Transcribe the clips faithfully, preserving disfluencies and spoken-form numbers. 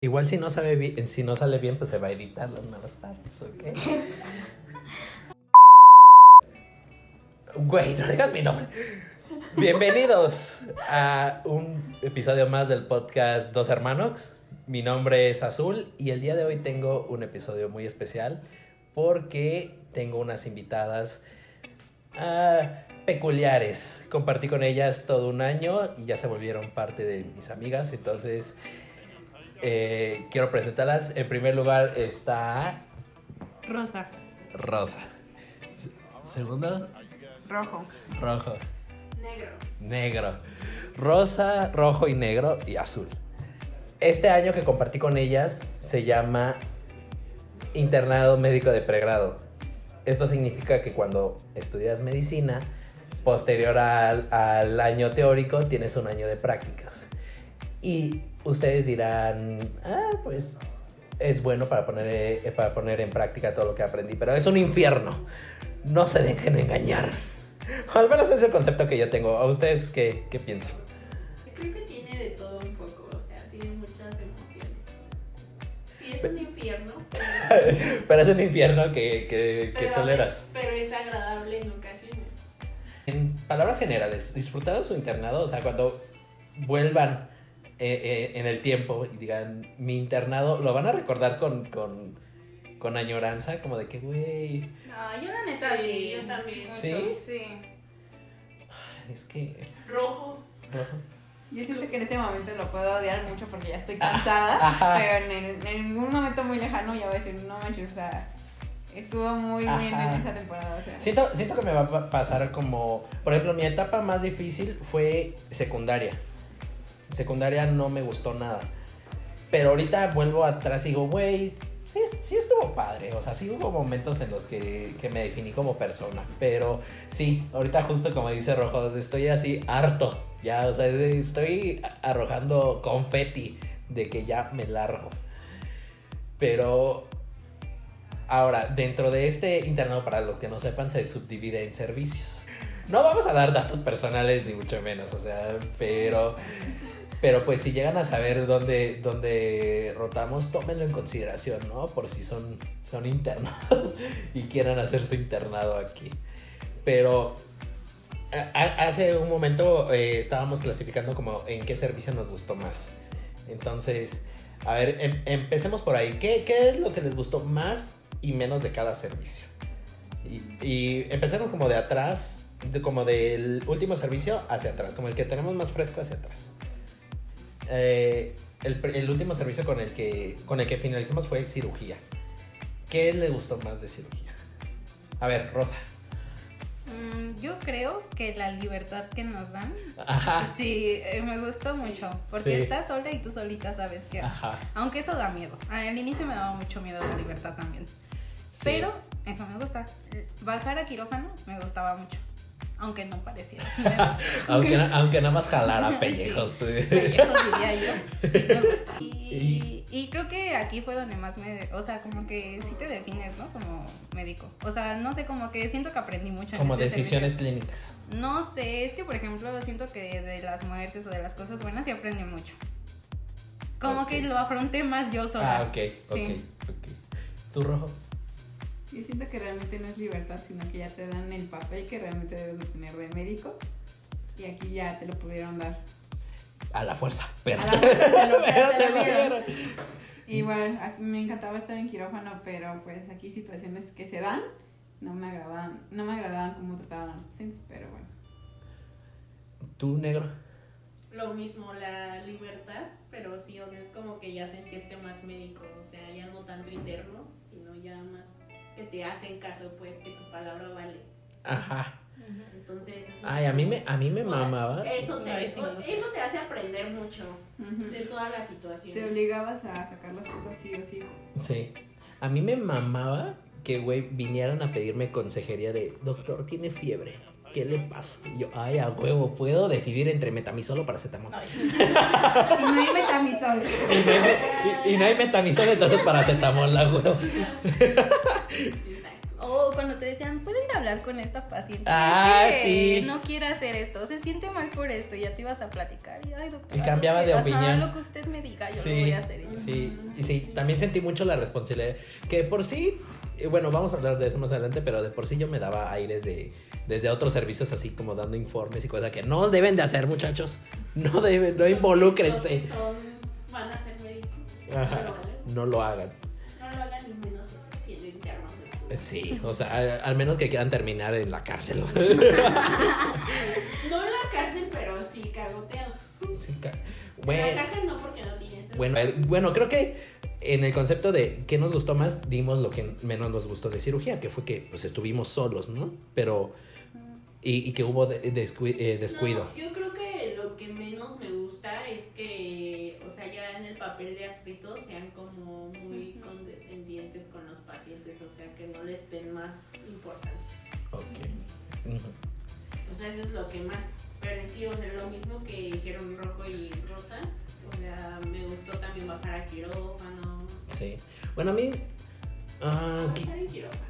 Igual si no sabe bien, si no sale bien, pues se va a editar las malas partes, ¿ok? Güey, no digas mi nombre. Bienvenidos a un episodio más del podcast Dos Hermanos. Mi nombre es Azul y el día de hoy tengo un episodio muy especial porque tengo unas invitadas uh, peculiares. Compartí con ellas todo un año y ya se volvieron parte de mis amigas, entonces... Eh, quiero presentarlas. En primer lugar está Rosa. Rosa. S- Segundo, Rojo. rojo. Negro. Negro. Rosa, rojo y negro y azul. Este año que compartí con ellas se llama internado médico de pregrado. Esto significa que cuando estudias medicina, posterior al, al año teórico, tienes un año de prácticas. Y ustedes dirán, ah, pues es bueno para poner, eh, para poner en práctica todo lo que aprendí, pero es un infierno. No se dejen engañar. O al menos es el concepto que yo tengo. ¿A ustedes qué, qué piensan? Creo que tiene de todo un poco, o sea, tiene muchas emociones. Sí, es un infierno, pero, Pero es un infierno que, que, que pero toleras. Es, pero es agradable en ocasiones. En palabras generales, ¿disfrutaron su internado? O sea, cuando vuelvan Eh, eh, en el tiempo y digan mi internado, lo van a recordar con, con, con añoranza, como de que, güey. No, yo la neta sí, sí yo también. Mucho. ¿Sí? Sí. Es que. Rojo. Rojo. Yo siento que en este momento lo puedo odiar mucho porque ya estoy cansada, Ajá. pero en, en, en un momento muy lejano ya voy a decir, no manches, o sea, estuvo muy Ajá. bien en esa temporada. O sea. Siento, siento que me va a pasar como, por ejemplo, mi etapa más difícil fue secundaria. Secundaria no me gustó nada. Pero ahorita vuelvo atrás y digo, güey, sí, sí estuvo padre. O sea, sí hubo momentos en los que, que me definí como persona. Pero sí, ahorita justo como dice Rojo, estoy así harto. Ya, o sea, estoy arrojando confeti de que ya me largo. Pero ahora, dentro de este internado, para los que no sepan, se subdivide en servicios. No vamos a dar datos personales ni mucho menos, o sea, pero... Pero pues si llegan a saber dónde, dónde rotamos, tómenlo en consideración, ¿no? Por si son, son internados y quieran hacer su internado aquí. Pero a, hace un momento eh, estábamos clasificando como en qué servicio nos gustó más. Entonces, a ver, em, empecemos por ahí. ¿Qué, ¿Qué es lo que les gustó más y menos de cada servicio? Y, y empecemos como de atrás, de, como del último servicio hacia atrás, como el que tenemos más fresco hacia atrás. Eh, el, el último servicio con el que con el que finalizamos fue cirugía. ¿Qué le gustó más de cirugía? A ver, Rosa. Mm, yo creo que la libertad que nos dan, Ajá. sí, eh, me gustó mucho, porque Sí. estás sola y tú solita sabes qué haces. Ajá. Aunque eso da miedo. Al inicio me daba mucho miedo la libertad también. Sí. Pero eso me gusta. Bajar a quirófano me gustaba mucho. Aunque no pareciera. Sí me gusta. aunque, aunque nada más jalara pellejos. Sí. Pellejos diría yo. Sí me gusta. Y, y creo que aquí fue donde más me... O sea, como que sí te defines, ¿no? Como médico. O sea, no sé, como que siento que aprendí mucho. Como en este decisiones servicio. clínicas. No sé, es que por ejemplo siento que de las muertes o de las cosas buenas sí aprendí mucho. Como Okay. que lo afronté más yo sola. Ah, ok, ok, Sí. ok. ¿Tú, Rojo? Yo siento que realmente no es libertad, sino que ya te dan el papel que realmente debes de tener de médico y aquí ya te lo pudieron dar. A la fuerza, pero A la fuerza te lo- pero te te lo lo dieron. dieron. Igual, a- me encantaba estar en quirófano, pero pues aquí situaciones que se dan no me agradaban, no me agradaban cómo trataban a los pacientes, pero bueno. ¿Tú, negro? Lo mismo, la libertad, pero sí, o sea, es como que ya sentirte más médico, o sea, ya no tanto interno, sino ya más que te hacen caso, pues, que tu palabra vale. Ajá. Ujú. Entonces, eso Ay, a mí me, a mí me o sea, mamaba. Eso te, Ay, sí, no sé. eso te hace aprender mucho Ujú. de toda la Te situación. obligabas a sacar las cosas sí o sí. Sí. A mí me mamaba que, güey, vinieran a pedirme consejería de, doctor, tiene fiebre. ¿Qué le pasa? Y yo, ay, a huevo, puedo decidir entre metamisol o paracetamol. Ay. Y no hay metamisol. Y no hay, y- y no hay metamisol, entonces paracetamol, a huevo. Exacto. O cuando te decían, ¿puedo ir a hablar con esta paciente? Ah, es que sí. no quiere hacer esto, se siente mal por esto, y ya te ibas a platicar. Y, ay, doctora, Y cambiaba lo que, de opinión. Ajá, lo que usted me diga, yo Sí, lo voy a hacer. Y yo, sí, y sí, también sentí mucho la responsabilidad. Que por sí, eh, bueno, vamos a hablar de eso más adelante, pero de por sí yo me daba aires de desde otros servicios, así como dando informes y cosas que no deben de hacer, muchachos. No deben, no involúcrense. Los que son, van a ser médicos. Ajá, no lo hagan. No lo hagan ni menos siendo internos. Sí, o sea, al, al menos que quieran terminar en la cárcel. No en la cárcel, pero sí cagoteados. Sí, ca- En bueno, la cárcel no, porque no tienes. bueno, a ver, bueno, creo que en el concepto de qué nos gustó más, dimos lo que menos nos gustó de cirugía, que fue que pues estuvimos solos, ¿no? Pero, y, y que hubo de- descu- eh, descuido. No, yo creo que lo que menos me gusta es que, o sea, ya en el papel de adscritos sean como muy condescendientes con los pacientes, o sea, que no les den más importancia. Ok. Ujú. O sea, eso es lo que más. Pero en sí, o sea, lo mismo que dijeron Rojo y Rosa, o sea, me gustó también bajar a quirófano. Sí. Bueno, a mí... ah, No, qui- estar en quirófano.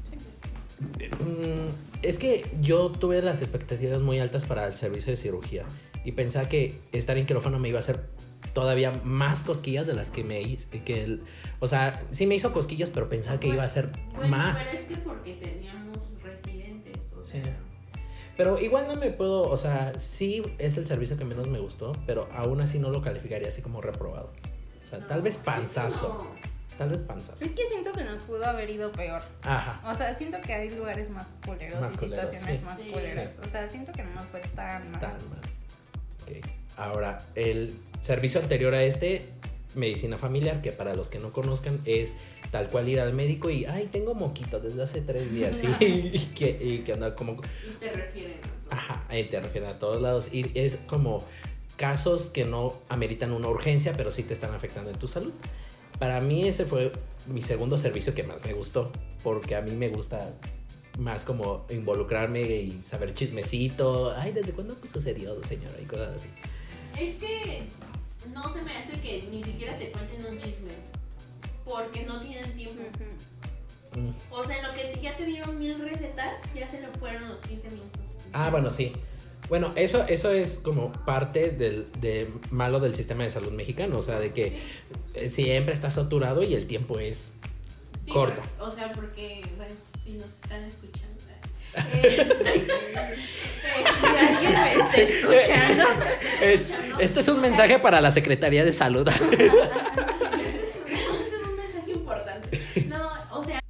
Mm, es que yo tuve las expectativas muy altas para el servicio de cirugía y pensaba que estar en quirófano me iba a hacer todavía más cosquillas de las que me hizo, que el, o sea, sí me hizo cosquillas, pero pensaba que iba a ser Bueno, más. pero es que porque teníamos residentes, o Sí. sea. Pero igual no me puedo, o sea, sí es el servicio que menos me gustó, pero aún así no lo calificaría así como reprobado. O sea, No, tal vez es que panzazo, no. tal vez panzazo. Es que siento que nos pudo haber ido peor. Ajá. O sea, siento que hay lugares más culeros Más y culeros, situaciones sí. más Sí. culeras. O sea, siento que no nos fue tan mal. Tan mal. Ok. Ahora, el servicio anterior a este, medicina familiar, que para los que no conozcan es tal cual ir al médico y, ay, tengo moquito desde hace tres días y, y que, y que anda como... Y te refieren a todo. Ajá, ahí te refieren a todos lados y es como casos que no ameritan una urgencia, pero sí te están afectando en tu salud. Para mí ese fue mi segundo servicio que más me gustó, porque a mí me gusta más como involucrarme y saber chismecito. Ay, ¿desde cuándo sucedió, señora? Y cosas así. Es que no se me hace que ni siquiera te cuenten un chisme, porque no tienen tiempo. Ujú. Mm. O sea, en lo que ya te dieron mil recetas, ya se le fueron los quince minutos. Ah, bueno, sí. Bueno, eso, eso es como parte del de malo del sistema de salud mexicano, o sea, de que eh, siempre está saturado y el tiempo es Sí, corto. por- o sea, porque, bueno, si nos están escuchando. Eh, Si alguien me está escuchando, Es, este es un mensaje para la Secretaría de Salud. Este es, este es un mensaje importante. No, o sea,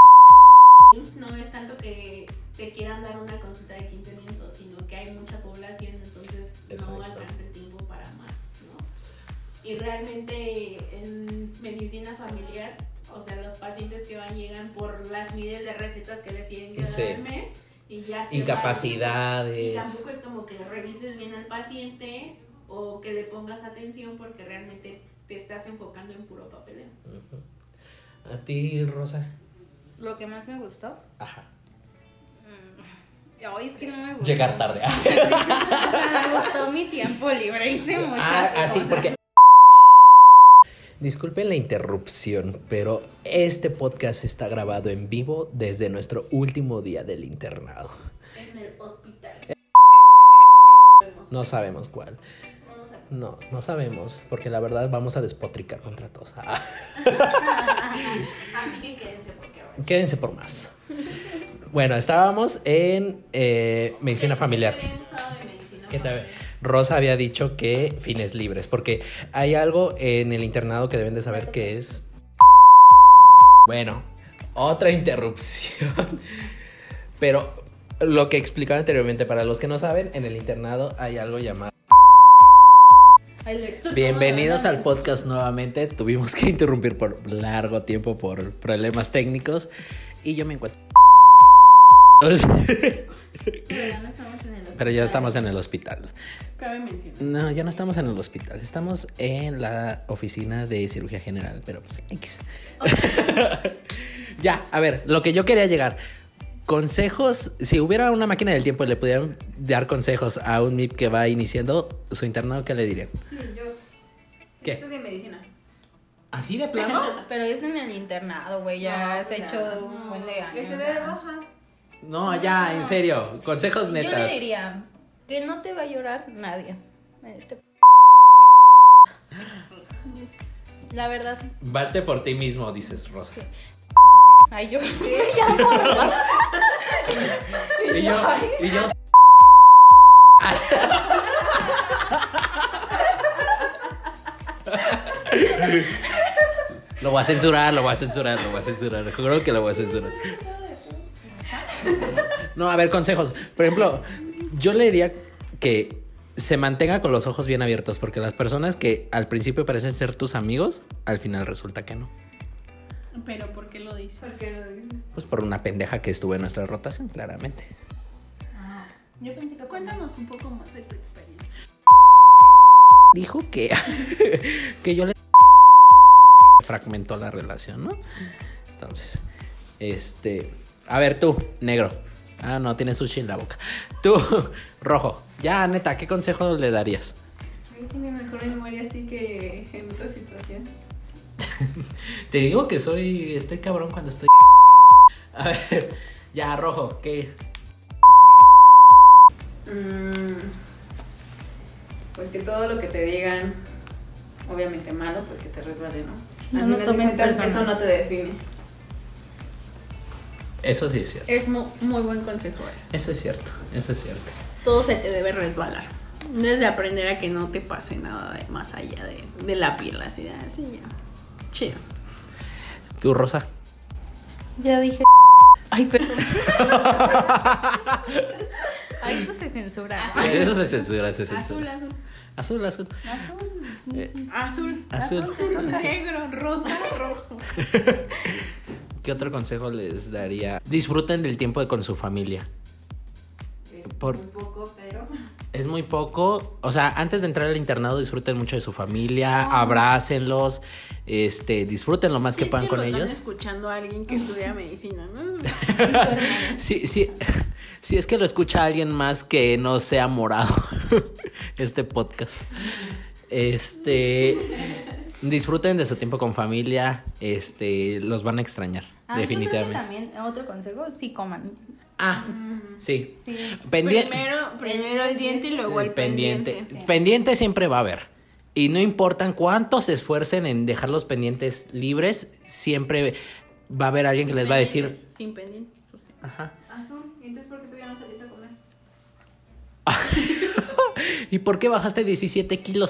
no es tanto que te quieran dar una consulta de quince minutos, sino que hay mucha población, entonces Exacto. no alcanza el tiempo para más, ¿no? Y realmente en medicina familiar, o sea, los pacientes que van llegan por las miles de recetas que les tienen que dar Sí. al mes y ya se Incapacidades. van. Y tampoco es como que revises bien al paciente o que le pongas atención porque realmente te estás enfocando en puro papeleo. Ujú. A ti, Rosa. lo que más me gustó. Ajá. mm, Ay, es que no me gustó. Llegar tarde. O sea, me gustó mi tiempo libre. Hice muchas Ah, ah, sí, cosas. porque. Disculpen la interrupción, pero este podcast está grabado en vivo desde nuestro último día del internado. En el hospital. No sabemos cuál. No, no sé. No, no sabemos, porque la verdad vamos a despotricar contra todos. Ah, Así que quédense porque ahora. quédense por más. Bueno, estábamos en eh, medicina familiar. ¿Qué te había gustado de medicina ¿Qué tal? familiar? Rosa había dicho que fines libres, porque hay algo en el internado que deben de saber que es... Bueno, otra interrupción. Pero lo que explicaba anteriormente, para los que no saben, en el internado hay algo llamado... Ay, lector, Bienvenidos no, al podcast nuevamente. Tuvimos que interrumpir por largo tiempo por problemas técnicos y yo me encuentro... Pero ya no estamos en el hospital. Pero ya estamos en el hospital. Cabe mencionar. No, ya no estamos en el hospital. Estamos en la oficina de cirugía general, pero pues X. Ya, a ver, lo que yo quería llegar. Consejos, si hubiera una máquina del tiempo y le pudieran dar consejos a un M I P que va iniciando su internado, ¿qué le dirían? Sí, yo. ¿Qué? Estudio medicina. ¿Así de plano? Pero es en el internado, güey, ya No, se ha claro, hecho un no, buen de años. Que se dé de baja. No, ya, en serio. Consejos Yo le netas. diría que no te va a llorar nadie. Este... La verdad. Varte por ti mismo, dices, Rosa. Ay, yo ya morra. Y yo, y yo. Lo voy a censurar, lo voy a censurar, lo voy a censurar. Juro que lo voy a censurar. No, a ver, consejos. Por ejemplo, yo le diría que se mantenga con los ojos bien abiertos, porque las personas que al principio parecen ser tus amigos, al final resulta que no. Pero ¿por qué lo dices? ¿Por qué lo dices? Pues por una pendeja que estuvo en nuestra rotación, claramente. Yo pensé que Cuéntanos un poco más de tu experiencia. Dijo que, que yo le fragmentó la relación, ¿no? Entonces, este... A ver, tú, negro. Ah, no, tienes sushi en la boca. Tú, rojo. Ya, neta, ¿qué consejo le darías? Él tiene mejor memoria así que en otra situación. Te digo que soy... Estoy cabrón cuando estoy... A ver, ya, rojo, ¿qué? Mm, pues que todo lo que te digan, obviamente malo, pues que te resbale, ¿no? No Al lo final de tomes cuentas, personal. eso no te define. Eso sí es cierto. Es mu- muy buen consejo eso. Eso es cierto, eso es cierto. Todo se te debe resbalar. Debes de aprender a que no te pase nada de- más allá de, de la piel, así de así ya. Chido. ¿Tú, Rosa? ya dije. Ay, perdón. Ay, eso se censura. Eso se censura, se Azul, censura. azul. Azul, azul. Azul. Eh, Azul. azul. Negro, rosa, rojo. ¿Qué otro consejo les daría? Disfruten del tiempo con su familia. Es Por- muy poco, pero... Es muy poco. O sea, antes de entrar al internado, disfruten mucho de su familia, abrácenlos, este, disfruten lo más que Sí, es puedan con lo ellos. Están escuchando a alguien que estudia medicina, ¿no? Y tu hermano. Sí, sí. Si es que lo escucha alguien más que no sea morado este podcast. Este, disfruten de su tiempo con familia, este, los van a extrañar, Ah, definitivamente. Yo creo que también otro consejo, sí coman. Ah, sí. Sí. Pendiente. Primero, primero el diente y luego el pendiente. pendiente. Pendiente siempre va a haber. Y no importan cuánto se esfuercen en dejar los pendientes libres, siempre va a haber alguien que les va a decir. Sin pendientes, o sea. Ajá. Azul, ¿y entonces por qué tú ya no saliste a comer? ¿Y por qué bajaste diecisiete kilos?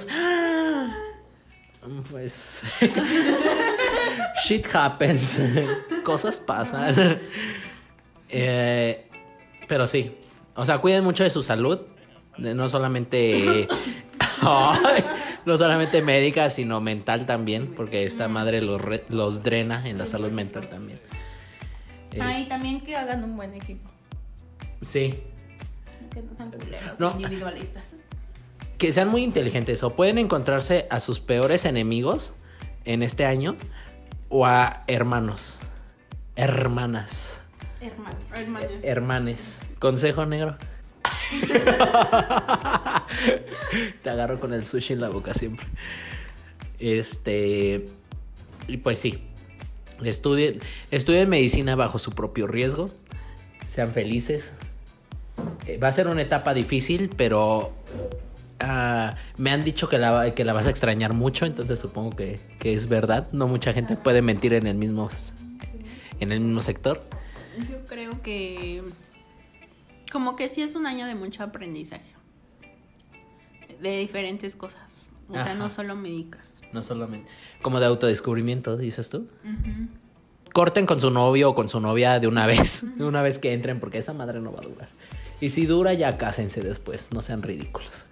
Pues. Shit happens. Cosas pasan. Eh, pero sí. O sea, cuiden mucho de su salud. De- no solamente. Ay, no solamente médica, sino mental también. Porque esta madre los, re- los drena en la salud mental también. Ah, Es- y también que hagan un buen equipo. sí. Que no sean culeros, No. individualistas. Que sean muy inteligentes o pueden encontrarse a sus peores enemigos en este año o a hermanos, hermanas, Hermanos. Hermanos. hermanes. Consejo negro. Te agarro con el sushi en la boca siempre. Este, y pues sí, estudien, estudien medicina bajo su propio riesgo, sean felices. Eh, Va a ser una etapa difícil, pero ah, me han dicho que la, que la vas a extrañar mucho, entonces supongo que, que es verdad. No mucha gente puede mentir en el mismo, en el mismo sector. Yo creo que como que sí es un año de mucho aprendizaje. De diferentes cosas. O sea, Ajá. no solo médicas. No solamente como de autodescubrimiento, dices tú. Corten con su novio o con su novia de una vez, de una vez que entren, porque esa madre no va a durar. Y si dura, ya cásense después, no sean ridículos.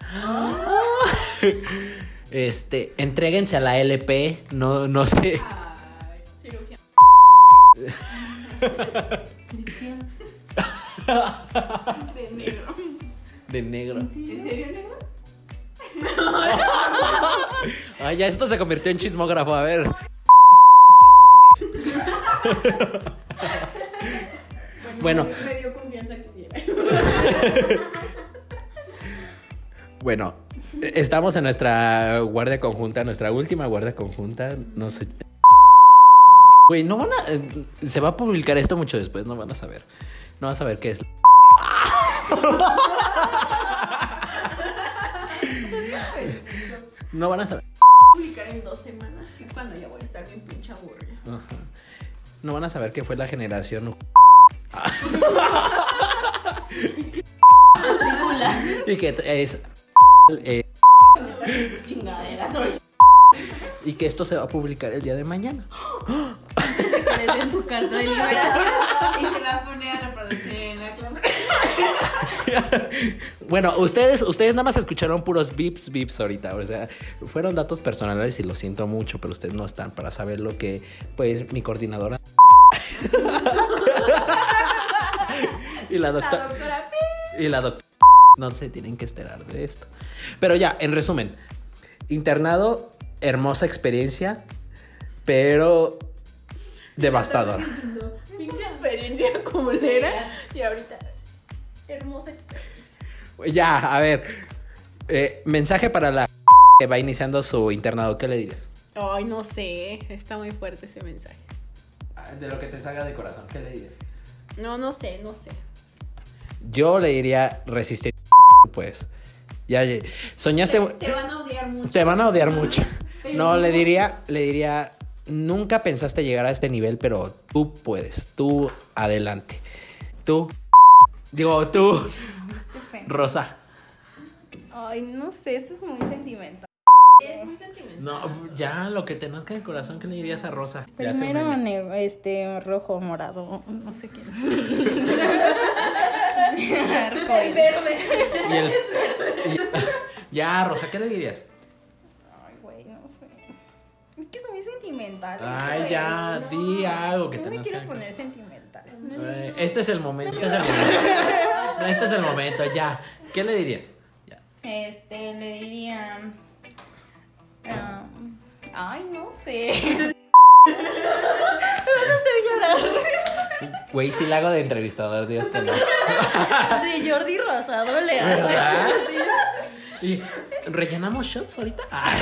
Este, entréguense a la L P, no, no sé. Cirugía. De negro. De negro. ¿En serio, negro? Ay, ya esto se convirtió en chismógrafo, a ver. Bueno. Me, me dio confianza que diera. Bueno, Estamos en nuestra guardia conjunta, nuestra última guardia conjunta. No sé. Güey, no van a. Se va a publicar esto mucho después, no van a saber. No van a saber qué es. No van a saber. Publicar en dos semanas, que es cuando ya voy a estar bien pinche aburrida. Ajá. No van a saber qué fue la generación. Y que es. Eh, Chingaderas, sorry. y que esto se va a publicar el día de mañana. Que les den su carta de liberación. Y se la pone a reproducir en la clase. Bueno, ustedes, ustedes nada más escucharon puros bips, bips ahorita. O sea, fueron datos personales y lo siento mucho, pero ustedes no están para saber lo que, pues, mi coordinadora y la doctora. La doctora Y la doctora no se tienen que enterar de esto. Pero ya, en resumen, internado, hermosa experiencia, pero devastadora. Pinche experiencia culera. Y ahorita, hermosa experiencia. Ya, a ver, eh, mensaje para la que va iniciando su internado, ¿qué le dirías? Ay, no sé, está muy fuerte ese mensaje. De lo que te salga de corazón, ¿qué le dirías? No, no sé, no sé. Yo le diría resistir, pues. Ya, ya, soñaste. Te, te van a odiar mucho. Te van a odiar mucho. Pero No, le mucho. diría, le diría, nunca pensaste llegar a este nivel, pero tú puedes, tú adelante. Tú, digo, tú, Rosa. Ay, no sé, esto es muy sentimental. Es muy sentimental. No, ya lo que te nazca del corazón, ¿qué le dirías a Rosa? Ya se Primero, me- negro, este, rojo, morado, no sé qué. Arcoíris. Verde. Y el- y- ya, Rosa, ¿qué le dirías? Ay, güey, no sé. Es que es muy sentimental. Ay, güey. ya, No, di algo que no te me nazca quiero del poner sentimental. Ay, Este es el momento, este es el momento. No, este es el momento, ya. ¿Qué le dirías? Ya. Este, le diría... um, ay, no sé. Me vas a hacer llorar. Güey, si la hago de entrevistador, Dios que no. De Jordi Rosado le haces. ¿Verdad? Y rellenamos shots ahorita. Ay,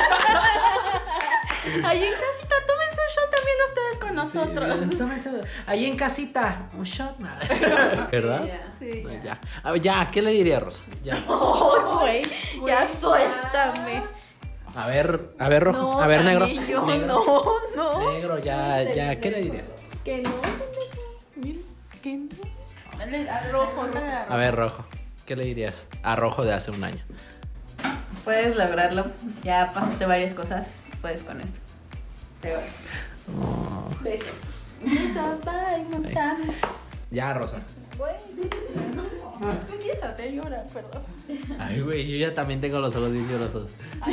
Ahí en casita, tómense un shot también ustedes con nosotros. tómense- Ahí en casita, un shot. ¿Verdad? Sí, No, ya. ya. A ver, ya, ¿qué le diría, Rosa? Ya. Ay, güey, ya suéltame. A ver, a ver, rojo. No, a ver, negro. también yo, negro. no, no. Negro, ya, ya. ¿Qué le dirías? Que no. Mira, que no. Rojo, A ver, rojo. ¿Qué le dirías a rojo de hace un año? Puedes lograrlo. Ya pasaste varias cosas. Puedes con esto. Te vas. Besos. Besos, bye, manzana. Ya, Rosa. Güey, ¿qué quieres hacer llorar? Perdón. Ay, güey, yo ya también tengo los ojos bien llorosos.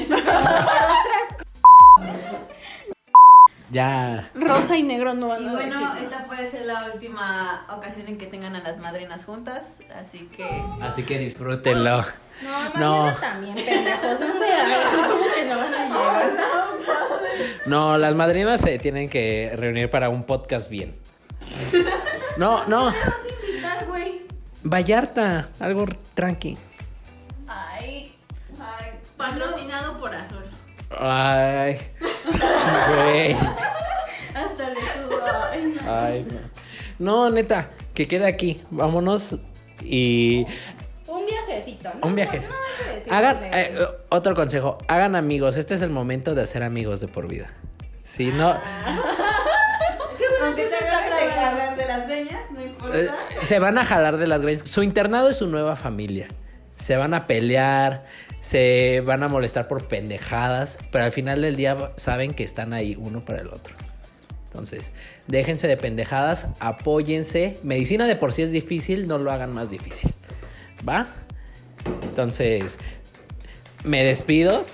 Ya. Rosa y negro no van Y a bueno, decir. esta puede ser la última ocasión en que tengan a las madrinas juntas. Así que. Así que disfrútenlo. No, No. mañana también, pendejos, no se hagan, como que no van a llegar. No, las madrinas se tienen que reunir para un podcast bien. No, no. ¿Qué vas a invitar, güey? Vallarta, algo tranqui. Ay, Ay, Patrocinado por Azul. Ay. Güey. hasta le sudo. Ay, no. Ay, no. No, neta, que quede aquí. Vámonos y Un viajecito, ¿no? un viajecito. No, hay que decir Hagan dónde. eh, otro consejo, hagan amigos. Este es el momento de hacer amigos de por vida. Si no, Qué bueno Aunque que se se está está grabado. grabando de las greñas, no importa. eh, se van a jalar de las greñas. Su internado es su nueva familia. Se van a pelear, se van a molestar por pendejadas, pero al final del día saben que están ahí uno para el otro. Entonces, déjense de pendejadas, apóyense. Medicina de por sí es difícil, no lo hagan más difícil. ¿Va? Entonces, me despido.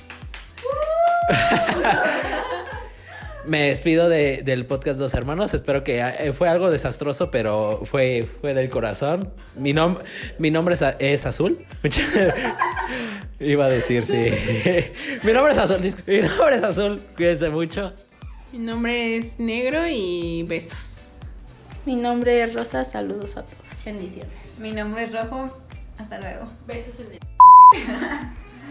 Me despido de- del podcast Dos Hermanos. Espero que eh, fue algo desastroso, pero fue, fue del corazón. Mi, nom- mi nombre es, a- es Azul. Iba a decir, sí. Mi nombre es Azul. dis- Mi nombre es Azul. Cuídense mucho. Mi nombre es Negro y besos. Mi nombre es Rosa, saludos a todos. Bendiciones. Mi nombre es Rojo. Hasta luego. Besos en el.